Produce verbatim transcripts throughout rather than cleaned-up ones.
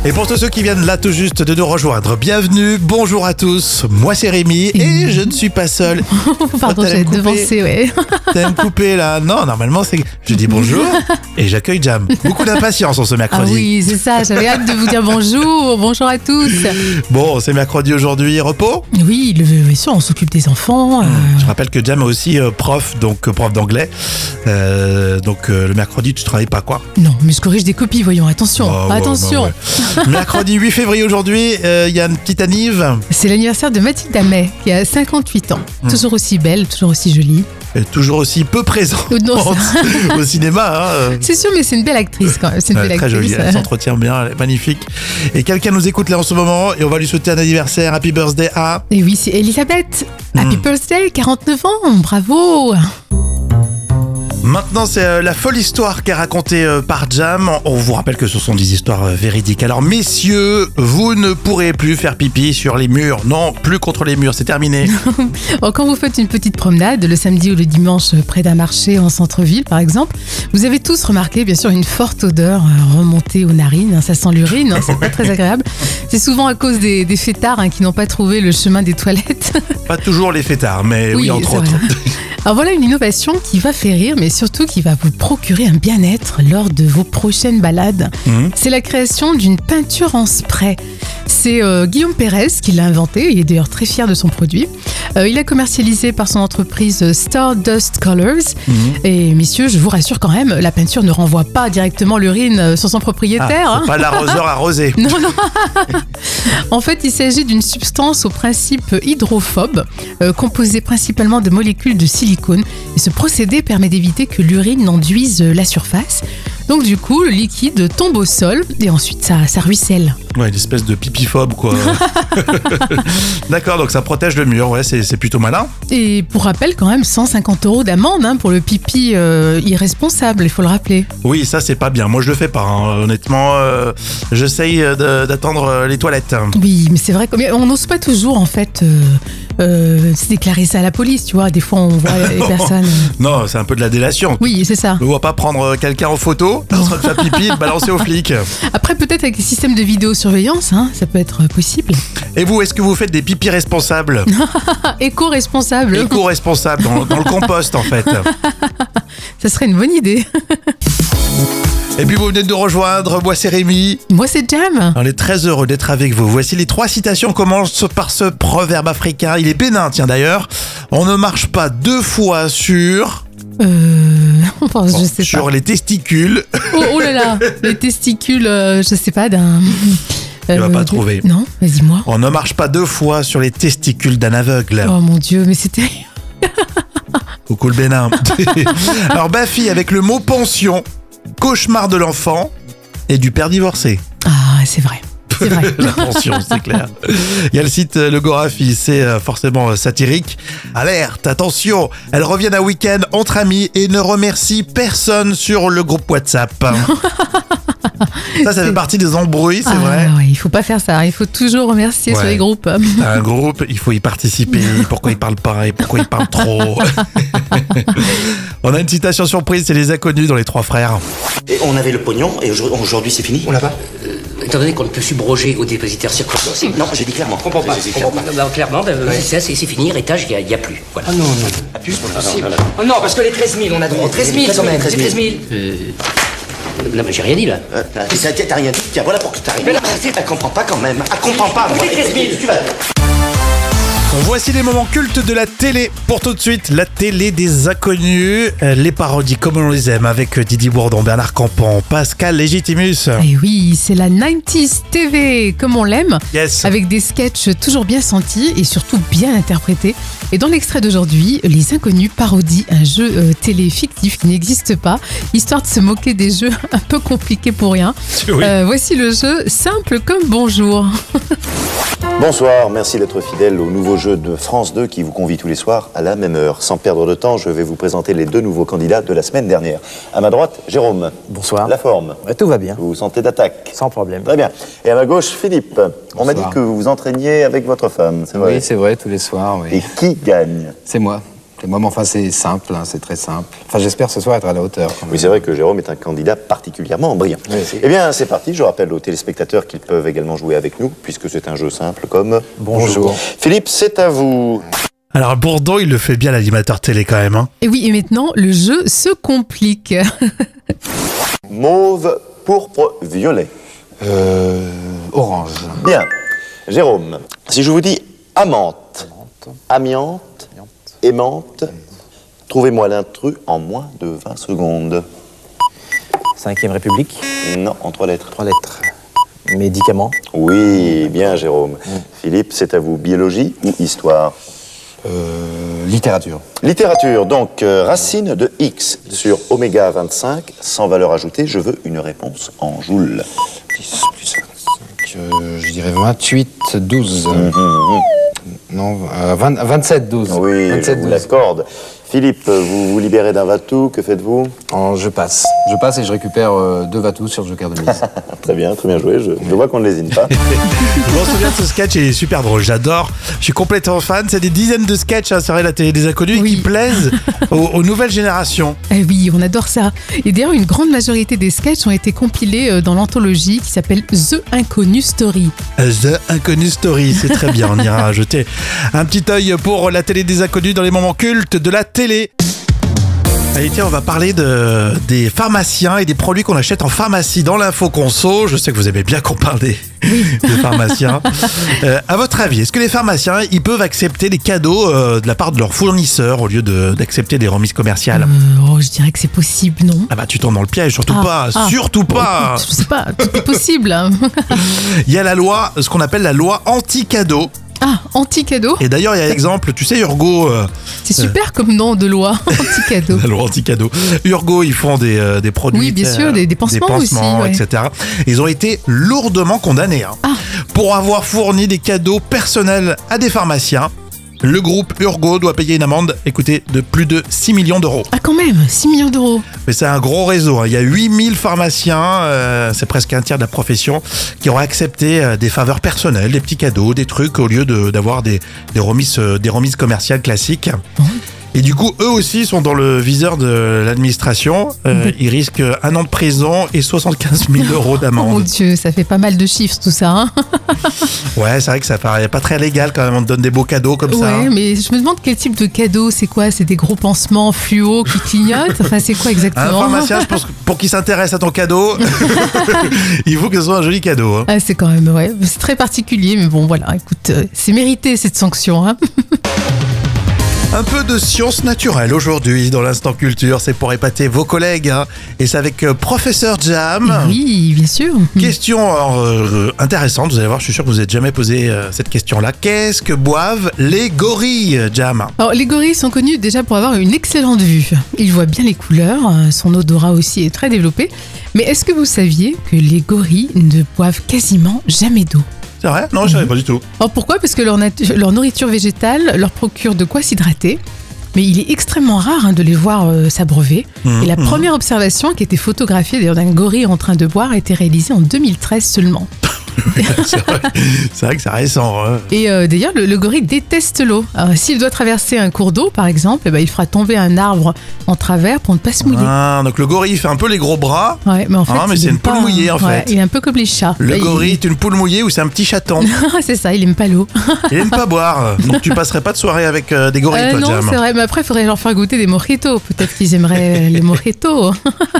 Et pour tous ceux qui viennent là tout juste de nous rejoindre, bienvenue, bonjour à tous. Moi c'est Rémi et je ne suis pas seul. Pardon, j'avais devancé, ouais. T'as me couper là. Non, normalement c'est je dis bonjour et j'accueille Jam. Beaucoup d'impatience en ce mercredi. Ah oui, c'est ça, j'avais hâte de vous dire bonjour, bonjour à tous. Bon, c'est mercredi aujourd'hui, repos. Oui, le, bien sûr, on s'occupe des enfants. Euh... Je rappelle que Jam est aussi euh, prof, donc euh, prof d'anglais. Euh, donc euh, le mercredi, tu travailles pas quoi? Non, mais je corrige des copies, voyons, attention, oh, attention. Ouais, ouais. Mercredi huit février aujourd'hui, il euh, y a une petite anniv. C'est l'anniversaire de Mathilde Amet, qui a cinquante-huit ans. Mmh. Toujours aussi belle, toujours aussi jolie. Et toujours aussi peu présente non, au cinéma. Hein. C'est sûr, mais c'est une belle actrice quand même. C'est une ouais, belle très actrice. jolie, elle s'entretient bien, elle est magnifique. Et quelqu'un nous écoute là en ce moment et on va lui souhaiter un anniversaire, happy birthday à... Et oui, c'est Elisabeth. Mmh. Happy birthday, quarante-neuf ans, bravo. Maintenant, c'est la folle histoire qui est racontée par Jam. On vous rappelle que ce sont des histoires véridiques. Alors, messieurs, vous ne pourrez plus faire pipi sur les murs. Non, plus contre les murs, c'est terminé. Quand vous faites une petite promenade, le samedi ou le dimanche, près d'un marché en centre-ville, par exemple, vous avez tous remarqué, bien sûr, une forte odeur remontée aux narines. Ça sent l'urine, hein, c'est pas très agréable. C'est souvent à cause des, des fêtards hein, qui n'ont pas trouvé le chemin des toilettes. Pas toujours les fêtards, mais oui, oui entre autres. Vrai. Alors voilà une innovation qui va faire rire, mais surtout qui va vous procurer un bien-être lors de vos prochaines balades. Mmh. C'est la création d'une peinture en spray. C'est euh, Guillaume Pérez qui l'a inventé, il est d'ailleurs très fier de son produit. Euh, il a commercialisé par son entreprise Stardust Colors. Mmh. Et messieurs, je vous rassure quand même, la peinture ne renvoie pas directement l'urine sur son propriétaire. Ah, c'est hein. pas l'arroseur arrosé. Non, non. En fait, il s'agit d'une substance au principe hydrophobe, euh, composée principalement de molécules de silicone. Et ce procédé permet d'éviter que l'urine n'enduise la surface. Donc du coup, le liquide tombe au sol et ensuite ça, ça ruisselle. Ouais, une espèce de pipiphobe quoi. D'accord, donc ça protège le mur, ouais, c'est, c'est plutôt malin. Et pour rappel, quand même, cent cinquante euros d'amende hein, pour le pipi euh, irresponsable, il faut le rappeler. Oui, ça c'est pas bien, moi je le fais pas, hein. Honnêtement, euh, j'essaye de, d'attendre les toilettes. Oui, mais c'est vrai qu'on n'ose pas toujours en fait... Euh... Euh, c'est déclarer ça à la police, tu vois. Des fois, on voit les personnes. Non, c'est un peu de la délation. Oui, c'est ça. On ne va pas prendre quelqu'un en photo, en train de faire pipi et de balancer aux flics. Après, peut-être avec les systèmes de vidéosurveillance, hein, ça peut être possible. Et vous, est-ce que vous faites des pipis responsables? Éco-responsables. Éco-responsables, dans, dans le compost, en fait. Ça serait une bonne idée. Et puis vous venez de nous rejoindre, moi c'est Rémi. Moi c'est Jam. On est très heureux d'être avec vous. Voici les trois citations. Commence par ce proverbe africain. Il est bénin, tiens d'ailleurs. On ne marche pas deux fois sur... Euh... Enfin, je sais sur pas. les testicules. Oh, oh là là, les testicules, euh, je sais pas, d'un... Tu euh, vas pas trouver. Non, vas-y moi. On ne marche pas deux fois sur les testicules d'un aveugle. Oh mon Dieu, mais c'était... Coucou le Bénin. Alors Bafi avec le mot pension. Cauchemar de l'enfant et du père divorcé. Ah, c'est vrai. C'est vrai. La pension, c'est clair. Il y a le site Le Gorafi, c'est forcément satirique. Alerte, attention, elles reviennent un week-end entre amis et ne remercient personne sur le groupe WhatsApp. Ça, ça c'est... fait partie des embrouilles, c'est ah, vrai. Ouais, il faut pas faire ça. Il faut toujours remercier ouais. sur les groupes. Un groupe, il faut y participer. Pourquoi ils parlent pas et pourquoi ils parlent trop. On a une citation surprise, c'est les inconnus dans Les Trois Frères. Et on avait le pognon et aujourd'hui c'est fini. On l'a pas. Euh, étant donné qu'on ne peut subroger aux dépositaires circonstanciés. Non, j'ai dit clairement. Je comprends pas. Je comprends pas. Non, clairement, ben, ouais. c'est, c'est, c'est fini, héritage, il n'y a, a plus. Voilà. Ah non, non. Ah, plus pour possible. Non, non, non. Oh non, parce que les treize mille, on a droit. treize mille quand même. C'est treize mille. Euh... Non, mais j'ai rien dit là. Euh, t'as, t'as rien dit. Tiens, voilà pour que t'arrives. Mais là, elle comprend pas quand même. Elle comprend pas. C'est treize mille. Tu vas. Voici les moments cultes de la télé. Pour tout de suite, la télé des inconnus. Les parodies comme on les aime avec Didier Bourdon, Bernard Campan, Pascal Légitimus. Et oui, c'est la quatre-vingt-dix T V comme on l'aime. Yes. Avec des sketchs toujours bien sentis et surtout bien interprétés. Et dans l'extrait d'aujourd'hui, les inconnus parodient un jeu euh, télé fictif qui n'existe pas, histoire de se moquer des jeux un peu compliqués pour rien. Oui. Euh, voici le jeu simple comme bonjour. Bonsoir, merci d'être fidèle au nouveau jeu de France deux qui vous convie tous les soirs à la même heure. Sans perdre de temps, je vais vous présenter les deux nouveaux candidats de la semaine dernière. À ma droite, Jérôme. Bonsoir. La forme. Ouais, tout va bien. Vous vous sentez d'attaque? Sans problème. Très bien. Et à ma gauche, Philippe. Bonsoir. On m'a dit que vous vous entraîniez avec votre femme, c'est vrai? Oui, c'est vrai, tous les soirs, oui. Et qui gagne? C'est moi. Moi, mais enfin, c'est simple, hein, c'est très simple. Enfin, j'espère ce soir être à la hauteur. quand même. Oui, c'est vrai que Jérôme est un candidat particulièrement brillant. Oui, c'est- Eh bien, c'est parti. Je rappelle aux téléspectateurs qu'ils peuvent également jouer avec nous, puisque c'est un jeu simple comme... Bonjour. Philippe, c'est à vous. Alors Bourdon, il le fait bien l'animateur télé quand même. Hein. Et oui, et maintenant, le jeu se complique. Mauve, pourpre, violet. Euh, orange. Bien. Jérôme, si je vous dis amante, amiante, aimante, trouvez-moi l'intrus en moins de vingt secondes. Cinquième République, Non, en trois lettres. trois lettres. Médicaments, Oui, bien Jérôme. Philippe, c'est à vous. Biologie ou histoire? Euh, littérature. Littérature, donc euh, racine de x sur oméga vingt-cinq, sans valeur ajoutée, je veux une réponse en joules. dix plus vingt-cinq, euh, je dirais vingt-huit, douze. Non, euh, vingt, vingt-sept, douze. Oui, je vingt-sept, vous douze. l'accorde. Philippe, vous vous libérez d'un Vatou, que faites-vous? Oh, je passe. Je passe et je récupère euh, deux Vatou sur Joker de mise. Très bien, très bien joué, je, je vois qu'on ne lésine pas. Je m'en souviens de ce sketch, il est super drôle, j'adore. Je suis complètement fan. C'est des dizaines de sketchs, hein, c'est vrai, la télé des inconnus, Oui. qui plaisent aux, aux nouvelles générations. Eh oui, on adore ça. Et d'ailleurs, une grande majorité des sketchs ont été compilés euh, dans l'anthologie qui s'appelle The Inconnu Story. The Inconnu Story, c'est très bien, on ira jeter un petit œil pour la télé des inconnus dans les moments cultes de la télé. Allez, tiens, on va parler de, des pharmaciens et des produits qu'on achète en pharmacie dans l'info conso. Je sais que vous aimez bien qu'on parle des, des pharmaciens. Euh, à votre avis, est-ce que les pharmaciens, ils peuvent accepter des cadeaux euh, de la part de leurs fournisseurs au lieu de, d'accepter des remises commerciales? Euh, oh, je dirais que c'est possible, non? Ah bah tu tombes dans le piège, surtout Ah, pas, ah. surtout pas. Je sais pas, tout est possible. hein. Il y a la loi, ce qu'on appelle la loi anti-cadeau. Ah, anti-cadeau. Et d'ailleurs, il y a l'exemple, tu sais, Urgo, euh, C'est super comme nom de loi, anti-cadeau. la loi anti-cadeau. Urgo, ils font des, euh, des produits. Oui, bien sûr, des- des pansements aussi, ouais. et cetera. Ils ont été lourdement condamnés hein, Ah. pour avoir fourni des cadeaux personnels à des pharmaciens. Le groupe Urgo doit payer une amende, écoutez, de plus de six millions d'euros. Ah, quand même, six millions d'euros. Mais c'est un gros réseau. hein. Il y a huit mille pharmaciens, euh, c'est presque un tiers de la profession, qui auraient accepté euh, des faveurs personnelles, des petits cadeaux, des trucs, au lieu de, d'avoir des, des, remises, euh, des remises commerciales classiques. Et du coup, eux aussi sont dans le viseur de l'administration. Euh, ils risquent un an de prison et soixante-quinze mille euros Oh mon d'amende. Dieu, ça fait pas mal de chiffres tout ça. Hein. Ouais, c'est vrai que ça paraît pas très légal quand même. On te donne des beaux cadeaux comme ça. Ouais, hein. mais je me demande quel type de cadeau, c'est quoi? C'est des gros pansements fluo qui clignotent? Enfin, c'est quoi Un exactement? pharmacien, je pense que pour qu'il s'intéresse à ton cadeau, il faut que ce soit un joli cadeau. hein. Ah, c'est quand même, ouais, c'est très particulier, mais bon, voilà, écoute, euh, c'est mérité cette sanction. Hein. Un peu de sciences naturelles aujourd'hui dans l'Instant Culture, c'est pour épater vos collègues. hein. Et c'est avec euh, Professeur Jam. Oui, bien sûr. Question alors, euh, intéressante, vous allez voir, je suis sûr que vous n'êtes jamais posé euh, cette question-là. Qu'est-ce que boivent les gorilles, Jam? Alors, les gorilles sont connus déjà pour avoir une excellente vue. Ils voient bien les couleurs, euh, son odorat aussi est très développé. Mais est-ce que vous saviez que les gorilles ne boivent quasiment jamais d'eau? C'est vrai? Non, je savais pas du tout. Alors pourquoi? Parce que leur, natu- leur nourriture végétale leur procure de quoi s'hydrater. Mais il est extrêmement rare hein, de les voir euh, s'abreuver. Mmh, Et la mmh. première observation qui était photographiée d'ailleurs d'un gorille en train de boire a été réalisée en deux mille treize seulement. c'est, vrai, c'est vrai que c'est récent. hein. Et euh, d'ailleurs, le, le gorille déteste l'eau. Alors, s'il doit traverser un cours d'eau, par exemple, eh ben, il fera tomber un arbre en travers pour ne pas se mouiller. Ah, donc le gorille fait un peu les gros bras. Ouais, mais en fait, Ah, mais il c'est aime une poule pas- mouillée, en ouais, fait. il est un peu comme les chats. Le Là, il- gorille est une poule mouillée ou c'est un petit chaton? c'est ça, il aime pas l'eau. Il aime pas boire. Donc tu passerais pas de soirée avec euh, des gorilles, Euh, toi, non, Jam? c'est vrai, mais après, il faudrait leur faire goûter des mojitos. Peut-être qu'ils aimeraient les mojitos.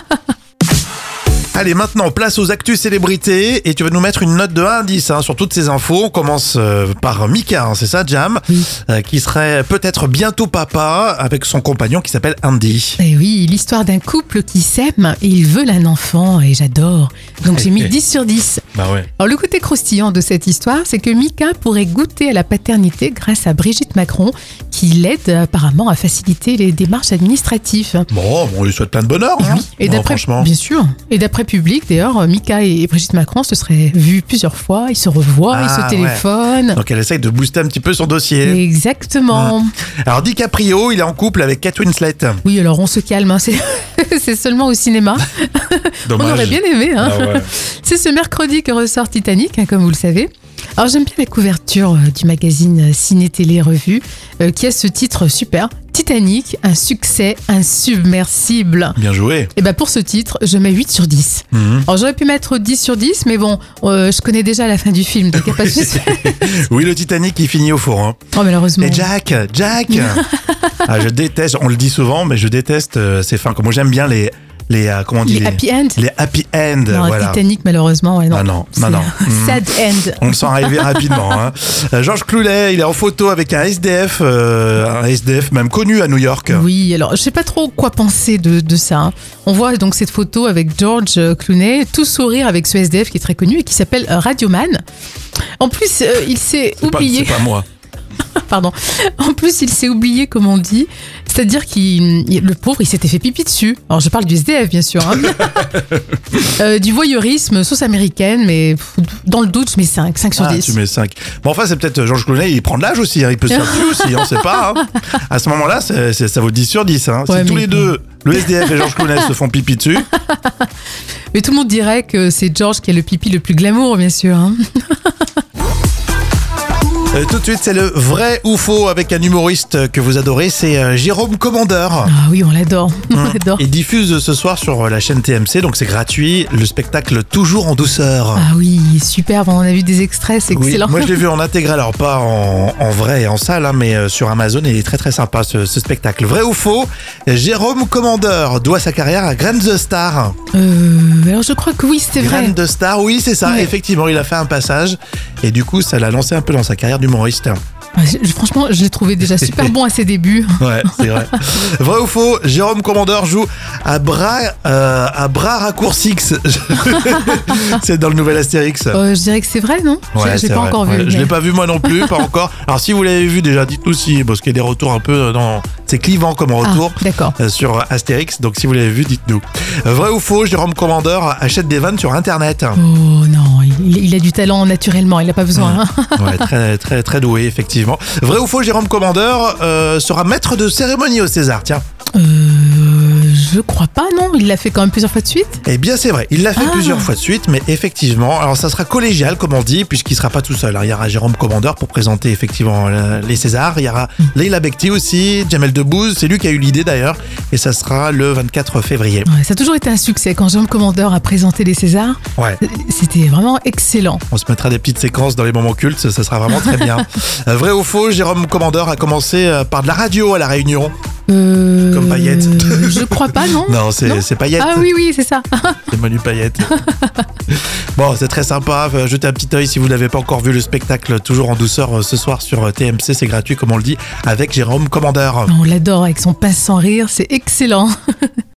Allez, maintenant, place aux actus célébrités et tu vas nous mettre une note de un à dix hein, sur toutes ces infos. On commence euh, par Mika, hein, c'est ça, Jam, Oui. euh, qui serait peut-être bientôt papa avec son compagnon qui s'appelle Andy. Et oui, l'histoire d'un couple qui s'aime et ils veulent un enfant et j'adore. Donc j'ai mis dix sur dix. Bah ouais. Alors le côté croustillant de cette histoire, c'est que Mika pourrait goûter à la paternité grâce à Brigitte Macron qui l'aide apparemment à faciliter les démarches administratives. Bon, bon, on lui souhaite plein de bonheur. Hein. Et Bon, d'après, franchement. bien sûr, et d'après Public, d'ailleurs, Mika et Brigitte Macron se seraient vus plusieurs fois, ils se revoient, Ah, ils se ouais. téléphonent. Donc elle essaye de booster un petit peu son dossier. Exactement. Alors DiCaprio, il est en couple avec Kate Winslet. Oui, alors on se calme, hein, c'est, c'est seulement au cinéma. Dommage. On aurait bien aimé. Hein. Ah ouais. C'est ce mercredi que ressort Titanic, hein, comme vous le savez. Alors j'aime bien la couverture euh, du magazine Ciné Télé Revue, euh, qui a ce titre super, Titanic, un succès insubmersible. Bien joué. Et ben pour ce titre, je mets huit sur dix. Mhm. Alors j'aurais pu mettre dix sur dix, mais bon, euh, je connais déjà la fin du film, donc il n'y a pas de souci. Oui, le Titanic, il finit au four. Hein. Oh malheureusement. Et Jack, Jack ah, je déteste, on le dit souvent, mais je déteste euh, ces fins. Comme moi, j'aime bien les, les euh, comment on dit Les happy end. les happy end. Non, Voilà. Titanic malheureusement, ouais, non. Ah non, C'est non, non. un Sad end. On le sent arriver rapidement. Hein. Euh, Georges Clooney, il est en photo avec un S D F, euh, un S D F même connu à New York. Oui, alors je sais pas trop quoi penser de, de ça. hein. On voit donc cette photo avec George Clooney, tout sourire avec ce S D F qui est très connu et qui s'appelle euh, Radioman. En plus, euh, il s'est C'est pas, oublié. c'est pas moi. Pardon. En plus, il s'est oublié, comme on dit. C'est-à-dire qu'il, il- le pauvre, il s'était fait pipi dessus. Alors, je parle du S D F, bien sûr. hein. Euh, du voyeurisme, sauce américaine, mais pff, dans le doute, je mets cinq. cinq sur Ah, dix. tu mets cinq. Bon, enfin, c'est peut-être Georges Clooney, il prend de l'âge aussi. Hein. Il peut se faire dessus aussi, on sait pas. Hein. À ce moment-là, c'est, c'est- ça vaut dix sur dix. Hein. Ouais, si tous mais les bon. deux, le S D F et Georges Clooney, se font pipi dessus, Mais tout le monde dirait que c'est George qui a le pipi le plus glamour, bien sûr. hein. Euh, tout de suite, c'est le vrai ou faux avec un humoriste que vous adorez, c'est euh, Jérôme Commandeur. Ah oui, on l'adore. On l'adore. Il diffuse ce soir sur la chaîne T M C, donc c'est gratuit, le spectacle Toujours en douceur. Ah oui, superbe. On a vu des extraits, c'est Oui, excellent. moi je l'ai vu en intégral, alors pas en, en vrai et en salle, hein, mais euh, sur Amazon, il est très très sympa ce, ce spectacle. Vrai ou faux, Jérôme Commandeur doit sa carrière à Grain the Star. Euh, alors, je crois que oui, c'était Grain vrai. the Star, oui c'est ça, Ouais. effectivement, il a fait un passage et du coup ça l'a lancé un peu dans sa carrière d'humoriste. Ah, je- Franchement, je l'ai trouvé déjà super bon à ses débuts. Ouais, c'est vrai. Vrai ou faux, Jérôme Commandeur joue à bras, euh, à bras raccourcis. C'est dans le nouvel Astérix. Euh, je dirais que c'est vrai, non Je- Ouais, Je l'ai c'est pas vrai. encore Ouais, vu. Je mais- l'ai pas vu moi non plus, pas encore. Alors si vous l'avez vu déjà, dites-nous si, parce qu'il y a des retours un peu dans... C'est clivant comme retour. Ah, d'accord. euh, Sur Astérix, donc si vous l'avez vu, dites-nous. Euh, Vrai ou faux, Jérôme Commandeur achète des vannes sur Internet. Oh non, il, il a du talent naturellement, il n'a pas besoin. hein. Ouais, très, très, très doué, effectivement. Vrai ou faux, Jérôme Commandeur euh, sera maître de cérémonie au César, tiens. Euh, je crois pas, non Il l'a fait quand même plusieurs fois de suite. Eh bien, c'est vrai, il l'a fait Ah. plusieurs fois de suite, mais effectivement, alors ça sera collégial, comme on dit, puisqu'il sera pas tout seul. hein. Il y aura Jérôme Commandeur pour présenter effectivement euh, les Césars. Il y aura Leila Bekti aussi, Jamel Debbouze, c'est lui qui a eu l'idée d'ailleurs, et ça sera le vingt-quatre février. Ouais, ça a toujours été un succès. Quand Jérôme Commandeur a présenté les Césars, Ouais. c'était vraiment excellent. On se mettra des petites séquences dans les moments cultes, ça sera vraiment très bien. Euh, Vrai ou faux, Jérôme Commandeur a commencé euh, par de la radio à La Réunion. Euh, Comme Payette. Je crois pas, non Non, c'est c'est Payette. Ah oui, oui, c'est ça. C'est Manu Payette. Bon, c'est très sympa. Euh, Jetez un petit œil si vous n'avez pas encore vu le spectacle Toujours en douceur euh, ce soir sur euh, T M C. C'est gratuit, comme on le dit, avec Jérôme Commandeur. On l'adore avec son pince sans rire, c'est excellent.